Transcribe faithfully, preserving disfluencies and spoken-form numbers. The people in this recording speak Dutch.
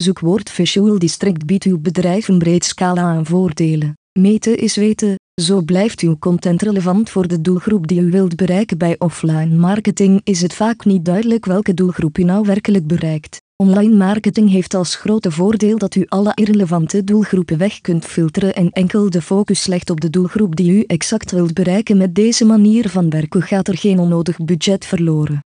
Zoekwoord Visual District biedt uw bedrijf een breed scala aan voordelen. Meten is weten, zo blijft uw content relevant voor de doelgroep die u wilt bereiken. Bij offline marketing is het vaak niet duidelijk welke doelgroep u nou werkelijk bereikt. Online marketing heeft als grote voordeel dat u alle irrelevante doelgroepen weg kunt filteren en enkel de focus legt op de doelgroep die u exact wilt bereiken. Met deze manier van werken gaat er geen onnodig budget verloren.